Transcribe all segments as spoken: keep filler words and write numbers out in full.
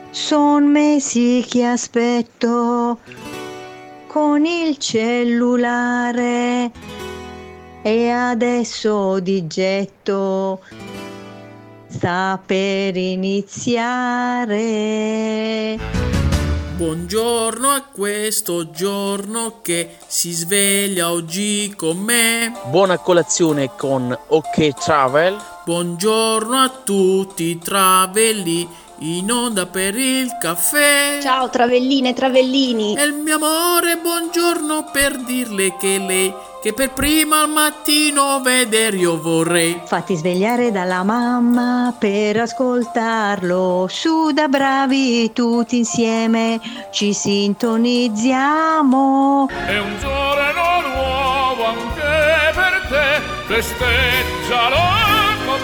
Son mesi che aspetto con il cellulare e adesso di getto sta per iniziare. Buongiorno a questo giorno che si sveglia oggi con me. Buona colazione con OK Travel. Buongiorno a tutti travelli in onda per il caffè. Ciao travelline e travellini. E il mio amore, buongiorno per dirle che lei che per prima al mattino veder io vorrei. Fatti svegliare dalla mamma per ascoltarlo, su da bravi tutti insieme ci sintonizziamo. È un giorno nuovo anche per te, festeggialo con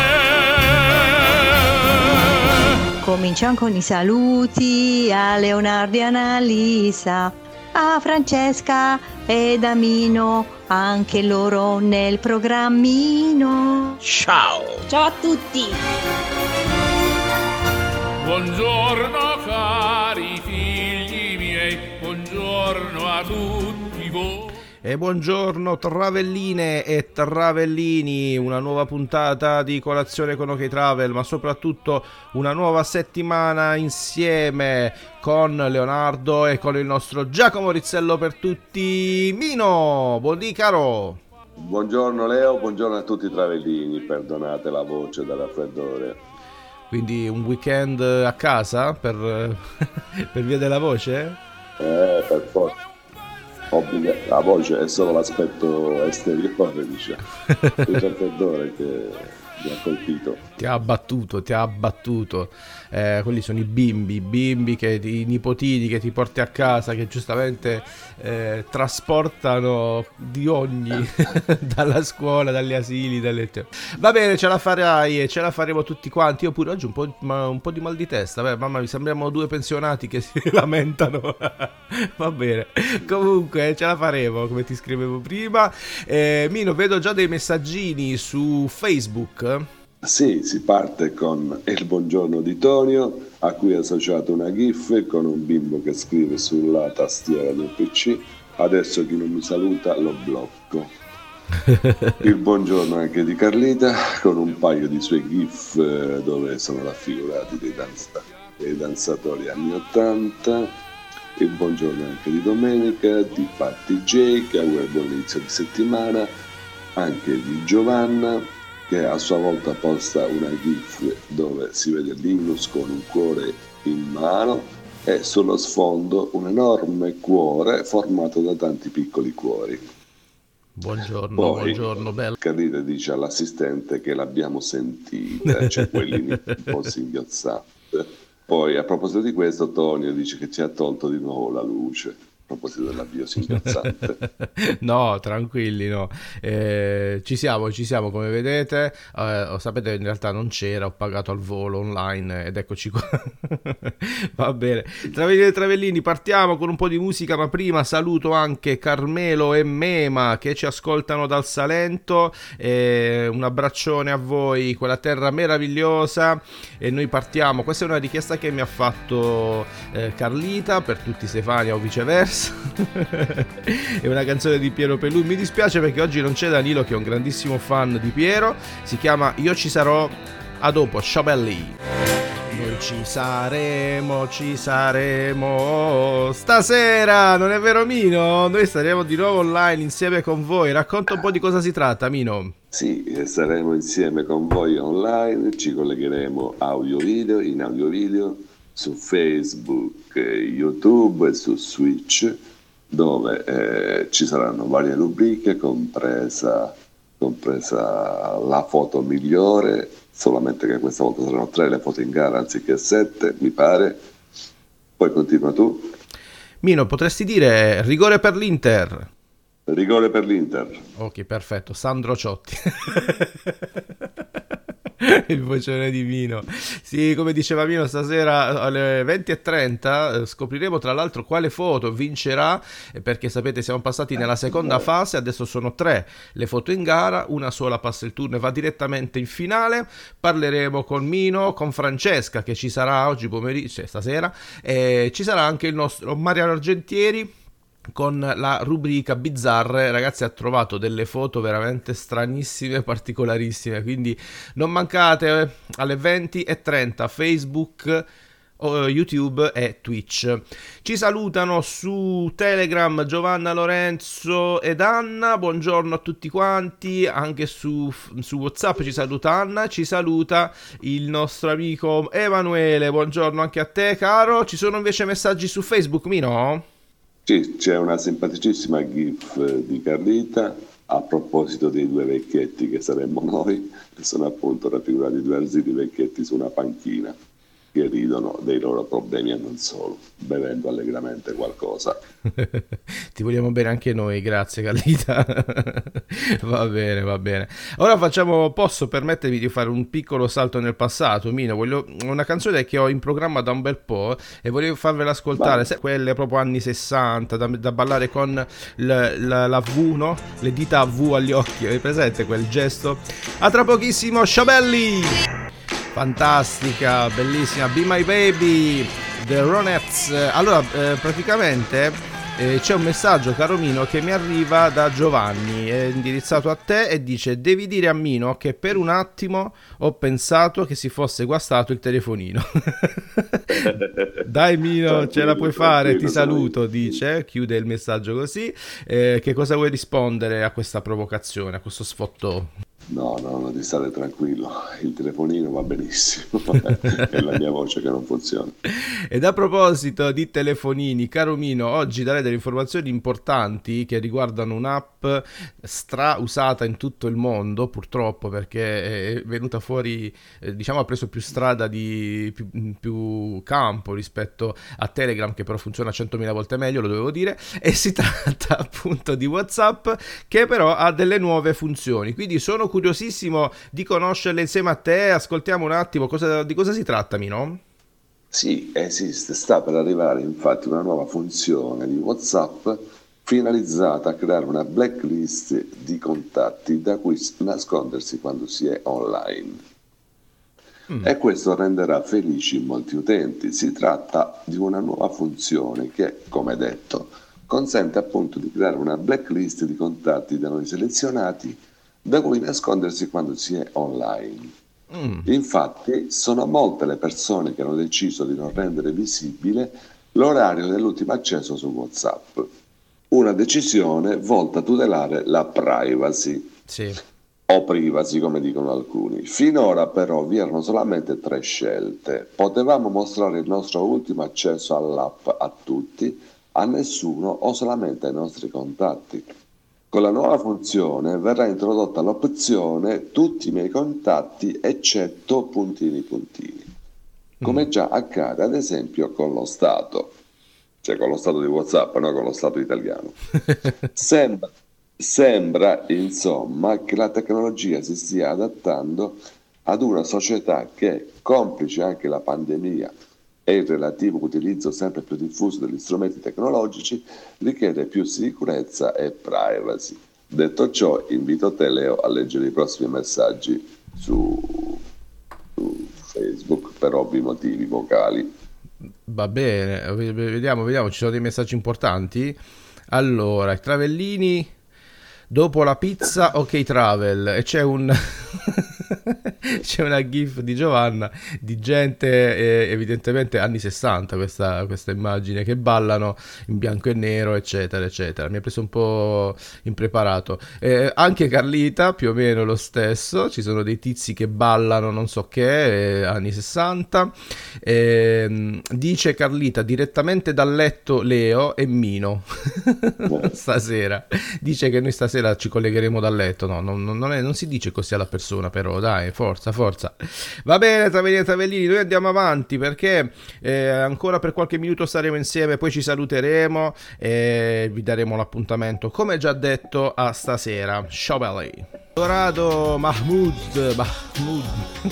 me. Cominciamo con i saluti a Leonardo e Annalisa, a Francesca ed Amino, anche loro nel programmino. Ciao! Ciao a tutti! Buongiorno cari figli miei, buongiorno a tutti voi. E buongiorno travelline e travellini, una nuova puntata di Colazione con OK Travel, ma soprattutto una nuova settimana insieme con Leonardo e con il nostro Giacomo Rizzello per tutti. Mino, buondì caro! Buongiorno Leo, buongiorno a tutti i travellini, perdonate la voce dal raffreddore. Quindi un weekend a casa per, per via della voce? Eh, per forza. Obbliga- la voce è solo l'aspetto esteriore, diciamo, il raffreddore che mi ha colpito. Ti ha abbattuto, ti ha abbattuto. Eh, quelli sono i bimbi, i bimbi che i nipotini che ti porti a casa, che giustamente eh, trasportano di ogni dalla scuola, dagli asili, dalle... Va bene, ce la farai e ce la faremo tutti quanti. Io pure oggi un po', ma, un po' di mal di testa. Beh, mamma, mi sembriamo due pensionati che si lamentano. Va bene, comunque ce la faremo, come ti scrivevo prima. eh, Mino, vedo già dei messaggini su Facebook. Sì, si parte con il buongiorno di Tonio, a cui è associato una gif con un bimbo che scrive sulla tastiera del P C: adesso chi non mi saluta lo blocco. Il buongiorno anche di Carlita con un paio di suoi gif eh, dove sono raffigurati dei, danza- dei danzatori anni ottanta. Il buongiorno anche di Domenica, di Patti J, che augura il buon inizio di settimana, anche di Giovanna, che a sua volta posta una gif dove si vede Linus con un cuore in mano e sullo sfondo un enorme cuore formato da tanti piccoli cuori. Buongiorno, Poi, buongiorno, bello. Carlita dice all'assistente che l'abbiamo sentita, cioè quelli un po' singhiozzante. Poi a proposito di questo Tonio dice che ci ha tolto di nuovo la luce. A proposito dell'avvio singhiozzante. No, tranquilli, no. Eh, ci siamo, ci siamo, come vedete. Eh, sapete, in realtà non c'era, ho pagato al volo online ed eccoci qua. Va bene. Travellini e Travellini, partiamo con un po' di musica, ma prima saluto anche Carmelo e Mema che ci ascoltano dal Salento. Eh, un abbraccione a voi, quella terra meravigliosa. E noi partiamo. Questa è una richiesta che mi ha fatto eh, Carlita per tutti Stefania o viceversa. È una canzone di Piero Pelù. Mi dispiace perché oggi non c'è Danilo, che è un grandissimo fan di Piero. Si chiama Io ci sarò. A dopo, ciao belli. Noi ci saremo, ci saremo stasera, non è vero Mino? Noi saremo di nuovo online insieme con voi. Racconta un po' di cosa si tratta, Mino. Sì, saremo insieme con voi online, ci collegheremo audio-video, in audio-video su Facebook, YouTube e su Switch, dove eh, ci saranno varie rubriche, compresa, compresa la foto migliore, solamente che questa volta saranno tre le foto in gara anziché sette, mi pare. Poi continua tu. Mino, potresti dire rigore per l'Inter? Rigore per l'Inter. Ok, perfetto. Sandro Ciotti. Il vocione di Mino. Sì, come diceva Mino, stasera alle venti e trenta scopriremo tra l'altro quale foto vincerà, perché sapete siamo passati nella seconda fase, adesso sono tre le foto in gara, una sola passa il turno e va direttamente in finale. Parleremo con Mino, con Francesca che ci sarà oggi pomeriggio, cioè stasera, e ci sarà anche il nostro Mariano Argentieri con la rubrica bizzarre. Ragazzi, ha trovato delle foto veramente stranissime, particolarissime, quindi non mancate alle venti e trenta Facebook, YouTube e Twitch. Ci salutano su Telegram Giovanna, Lorenzo ed Anna, buongiorno a tutti quanti. Anche su, su WhatsApp ci saluta Anna, ci saluta il nostro amico Emanuele, buongiorno anche a te caro. Ci sono invece messaggi su Facebook, Mino? Sì, c'è una simpaticissima gif di Carlita a proposito dei due vecchietti che saremmo noi, che sono appunto raffigurati due arziti vecchietti su una panchina che ridono dei loro problemi e non solo, bevendo allegramente qualcosa. Ti vogliamo bene anche noi, grazie Carlita. Va bene, va bene. Ora facciamo, posso permettermi di fare un piccolo salto nel passato, Mino? Voglio una canzone che ho in programma da un bel po' e volevo farvela ascoltare, se, quelle proprio anni sessanta, da, da ballare con l, la, la V, no? Le dita a V agli occhi, hai presente quel gesto? A tra pochissimo, Sciabelli! Fantastica, bellissima, Be My Baby, The Ronettes. Allora, eh, praticamente eh, c'è un messaggio, caro Mino, che mi arriva da Giovanni, è indirizzato a te e dice: devi dire a Mino che per un attimo ho pensato che si fosse guastato il telefonino. Dai Mino, ce la puoi fare, ti saluto, dice, chiude il messaggio così. Eh, che cosa vuoi rispondere a questa provocazione, a questo sfottò? No, no, no, di stare tranquillo, il telefonino va benissimo, è la mia voce che non funziona. Ed a proposito di telefonini, caro Mino, oggi darei delle informazioni importanti che riguardano un'app stra usata in tutto il mondo, purtroppo, perché è venuta fuori, eh, diciamo ha preso più strada, di più, più campo rispetto a Telegram, che però funziona centomila volte meglio, lo dovevo dire, e si tratta appunto di WhatsApp, che però ha delle nuove funzioni, quindi sono curiosissimo di conoscerle insieme a te. Ascoltiamo un attimo cosa, di cosa si tratta, Mino? Sì, esiste, sta per arrivare infatti una nuova funzione di WhatsApp finalizzata a creare una blacklist di contatti da cui nascondersi quando si è online. Mm. E questo renderà felici molti utenti. Si tratta di una nuova funzione che, come detto, consente appunto di creare una blacklist di contatti da noi selezionati da cui nascondersi quando si è online. Mm. Infatti sono molte le persone che hanno deciso di non rendere visibile l'orario dell'ultimo accesso su WhatsApp, una decisione volta a tutelare la privacy, sì, o privacy come dicono alcuni. Finora però vi erano solamente tre scelte: potevamo mostrare il nostro ultimo accesso all'app a tutti, a nessuno o solamente ai nostri contatti. Con la nuova funzione verrà introdotta l'opzione tutti i miei contatti eccetto puntini puntini, come già accade ad esempio con lo Stato, cioè con lo Stato di WhatsApp, no con lo Stato italiano. Sembra, sembra insomma che la tecnologia si stia adattando ad una società che, complice anche la pandemia e il relativo utilizzo sempre più diffuso degli strumenti tecnologici, richiede più sicurezza e privacy. Detto ciò, invito te, Leo, a leggere i prossimi messaggi su, su Facebook per ovvi motivi vocali. Va bene, vediamo, vediamo, ci sono dei messaggi importanti. Allora, i Travellini, dopo la pizza, ok travel, e c'è un... c'è una gif di Giovanna di gente, eh, evidentemente anni sessanta, questa, questa immagine, che ballano in bianco e nero eccetera eccetera. Mi ha preso un po' impreparato. Eh, anche Carlita più o meno lo stesso, ci sono dei tizi che ballano non so che, eh, anni sessanta. Eh, dice Carlita: direttamente dal letto Leo e Mino stasera. Dice che noi stasera ci collegheremo dal letto. No, non, non, è, non si dice così alla persona, però dai, forza, forza. Va bene, Travellini e Travellini, noi andiamo avanti perché eh, ancora per qualche minuto staremo insieme, poi ci saluteremo e vi daremo l'appuntamento, come già detto, a stasera. Ciao belli. Dorado Mahmood, Mahmood,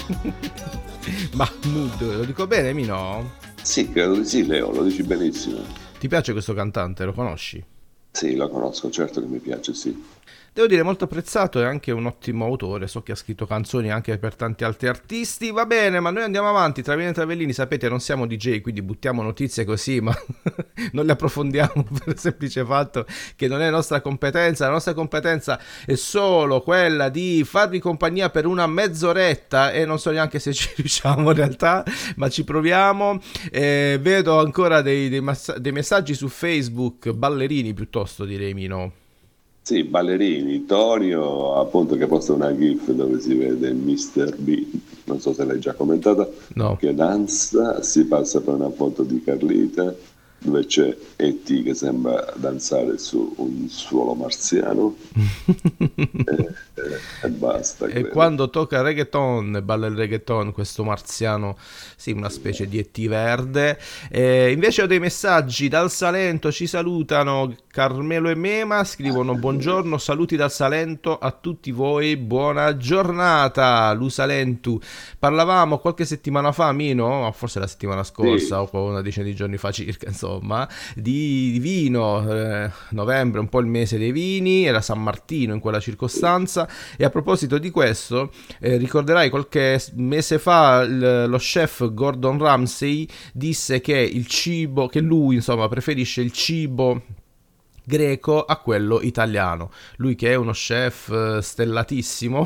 Mahmood, lo dico bene, Mino? Sì, credo di sì, Leo, lo dici benissimo. Ti piace questo cantante, lo conosci? Sì, lo conosco, certo che mi piace, sì. Devo dire molto apprezzato, è anche un ottimo autore, so che ha scritto canzoni anche per tanti altri artisti. Va bene, ma noi andiamo avanti, Travellini e Travellini, sapete non siamo D J, quindi buttiamo notizie così, ma non le approfondiamo per il semplice fatto che non è nostra competenza. La nostra competenza è solo quella di farvi compagnia per una mezz'oretta e non so neanche se ci riusciamo in realtà, ma ci proviamo. Eh, vedo ancora dei, dei, massa- dei messaggi su Facebook, ballerini piuttosto direi, Mino. Sì, ballerini, Tonio appunto che posta una gif dove si vede mister B, non so se l'hai già commentata, no, che danza, si passa per una foto di Carlita dove c'è E T che sembra danzare su un suolo marziano e, e, e basta. E credo. quando tocca reggaeton, balla il reggaeton, questo marziano, sì, una specie di E T verde. E invece ho dei messaggi dal Salento, ci salutano Carmelo e Mema, scrivono buongiorno, saluti dal Salento a tutti voi, buona giornata, Lu Salentu. Parlavamo qualche settimana fa, Mino, forse la settimana scorsa sì, o una decina di giorni fa circa, insomma, di, di vino, eh, novembre, un po' il mese dei vini, era San Martino in quella circostanza. E a proposito di questo, eh, ricorderai qualche mese fa l- lo chef Gordon Ramsay disse che il cibo, che lui insomma preferisce il cibo greco a quello italiano. Lui che è uno chef stellatissimo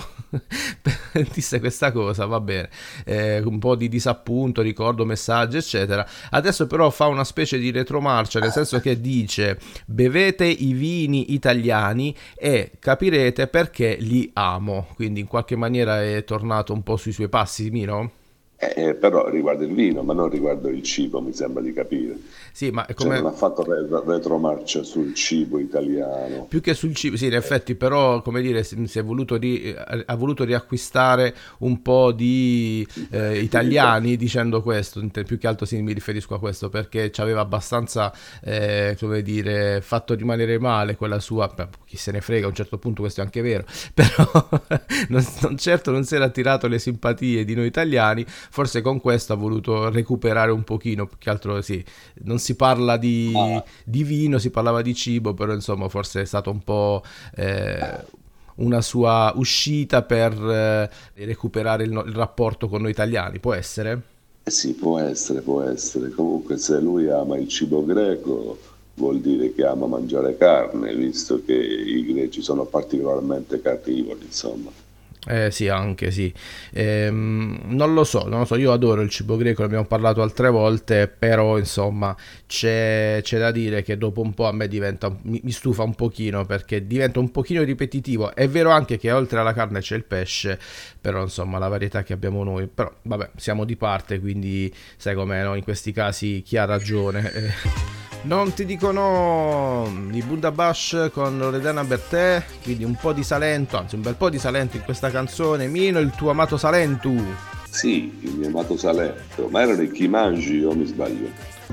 disse questa cosa, va bene, eh, un po' di disappunto, ricordo messaggi eccetera. Adesso però fa una specie di retromarcia, nel senso che dice bevete i vini italiani e capirete perché li amo, quindi in qualche maniera è tornato un po' sui suoi passi, Mino? Eh, però riguarda il vino, ma non riguarda il cibo, mi sembra di capire. Sì, ma è come... Cioè, non ha fatto re- retromarcia sul cibo italiano. Più che sul cibo, sì, in effetti, però, come dire, si, si è voluto ri- ha voluto riacquistare un po' di eh, italiani dicendo questo, più che altro sì, mi riferisco a questo, perché ci aveva abbastanza, eh, come dire, fatto rimanere male quella sua, beh, chi se ne frega, a un certo punto questo è anche vero, però non, non certo non si era attirato le simpatie di noi italiani. Forse con questo ha voluto recuperare un pochino, più che altro sì, non si parla di, ah. di vino, si parlava di cibo, però insomma forse è stato un po' eh, una sua uscita per eh, recuperare il, il rapporto con noi italiani, può essere? Eh sì, può essere, può essere. Comunque se lui ama il cibo greco vuol dire che ama mangiare carne, visto che i greci sono particolarmente carnivori, insomma. Eh sì, anche sì. Ehm, non lo so, non lo so, io adoro il cibo greco, ne abbiamo parlato altre volte, però insomma c'è, c'è da dire che dopo un po' a me diventa, mi, mi stufa un pochino, perché diventa un pochino ripetitivo. È vero anche che oltre alla carne c'è il pesce, però insomma la varietà che abbiamo noi, però vabbè, siamo di parte, quindi sai com'è, no? In questi casi chi ha ragione. Eh. Non ti dicono i Bundabash con Loredana Bertè, quindi un po' di Salento, anzi un bel po' di Salento in questa canzone. Mino, il tuo amato Salentu. Sì, il mio amato Salento, ma erano i Chimangi o mi sbaglio?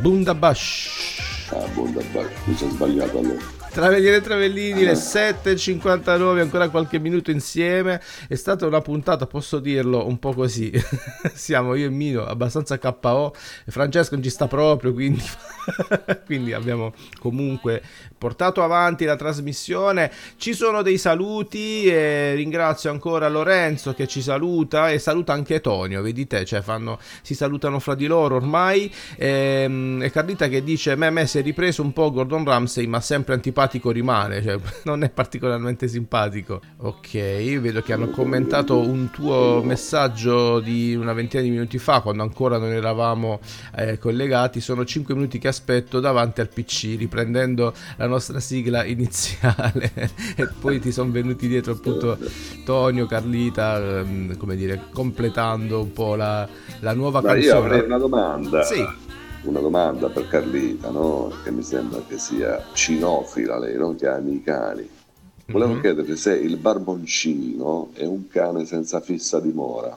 Bundabash. Ah, Bundabash, mi sono sbagliato allora. Travellini e Travellini, le sette e cinquantanove, ancora qualche minuto insieme. È stata una puntata, posso dirlo, un po' così. Siamo io e Mino abbastanza K O, e Francesco non ci sta proprio, quindi quindi abbiamo comunque portato avanti la trasmissione. Ci sono dei saluti e ringrazio ancora Lorenzo che ci saluta e saluta anche Tonio, vedi te, cioè fanno, si salutano fra di loro ormai. E, e Carlita che dice me, me si è ripreso un po' Gordon Ramsay, ma sempre antipatico rimane, cioè non è particolarmente simpatico. Ok, vedo che hanno commentato un tuo messaggio di una ventina di minuti fa, quando ancora non eravamo eh, collegati. Sono cinque minuti che aspetto davanti al P C riprendendo la nostra sigla iniziale e poi ti sono venuti dietro appunto Tonio, Carlita, ehm, come dire, completando un po' la, la nuova Ma canzone. io avrei una domanda. Sì. Una domanda per Carlita, no? Che mi sembra che sia cinofila lei, non che ami i cani. Volevo Mhm. chiedere se il barboncino è un cane senza fissa dimora.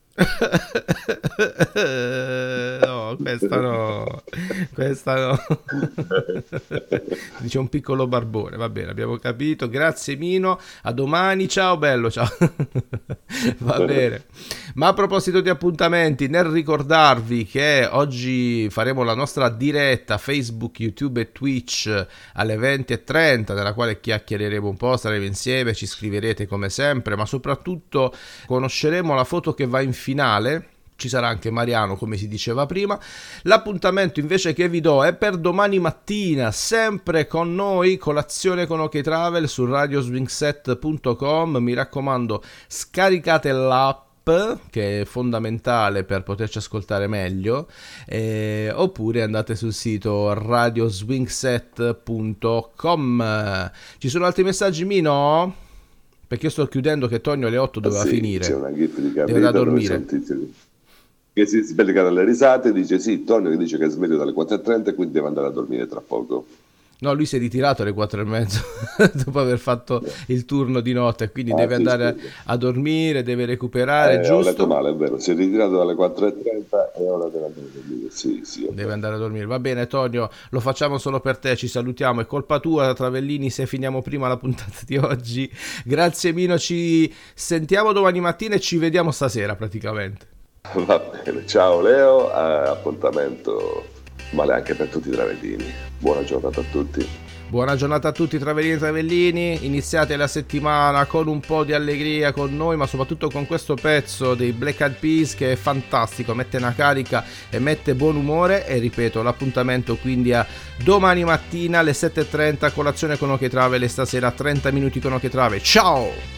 No, questa no, questa no. Dice un piccolo barbone, va bene, abbiamo capito. Grazie Mino, a domani, ciao bello, ciao. Va bene. Ma a proposito di appuntamenti, nel ricordarvi che oggi faremo la nostra diretta Facebook, YouTube e Twitch alle venti e trenta, nella quale chiacchiereremo un po', staremo insieme, ci scriverete come sempre, ma soprattutto conosceremo la foto che va in finale. Ci sarà anche Mariano, come si diceva prima. L'appuntamento invece che vi do è per domani mattina, sempre con noi, colazione con OK Travel su radio swing set punto com. Mi raccomando, scaricate l'app, che è fondamentale per poterci ascoltare meglio, eh, oppure andate sul sito radio swing set punto com. Ci sono altri messaggi, Mino? Perché io sto chiudendo, che Tonio alle otto doveva Sì, finire. c'è una gif di Deve Capito andare a dove c'è dormire. un tizio che si sveglia dalle risate, dice sì, Tonio che dice che è sveglio dalle quattro e trenta e quindi deve andare a dormire tra poco. No, lui si è ritirato alle quattro e mezzo dopo aver fatto il turno di notte, quindi Ah, deve sì, andare scusa. a dormire, deve recuperare, Eh, ho letto giusto? male, è vero, si è ritirato dalle quattro e trenta e ora deve andare a dormire. Sì, sì, è Deve vero. andare a dormire. Va bene, Tonio, lo facciamo solo per te, ci salutiamo. È colpa tua, Travellini, se finiamo prima la puntata di oggi. Grazie Mino, ci sentiamo domani mattina e ci vediamo stasera praticamente. Va bene, ciao Leo, eh, appuntamento vale anche per tutti i travellini. Buona giornata a tutti. Buona giornata a tutti Travellini e Travellini, iniziate la settimana con un po' di allegria con noi, ma soprattutto con questo pezzo dei Black Eyed Peas che è fantastico, mette una carica e mette buon umore. E ripeto, l'appuntamento quindi a domani mattina alle sette e trenta, colazione con OK Travel, e stasera trenta minuti con OK Travel. Ciao!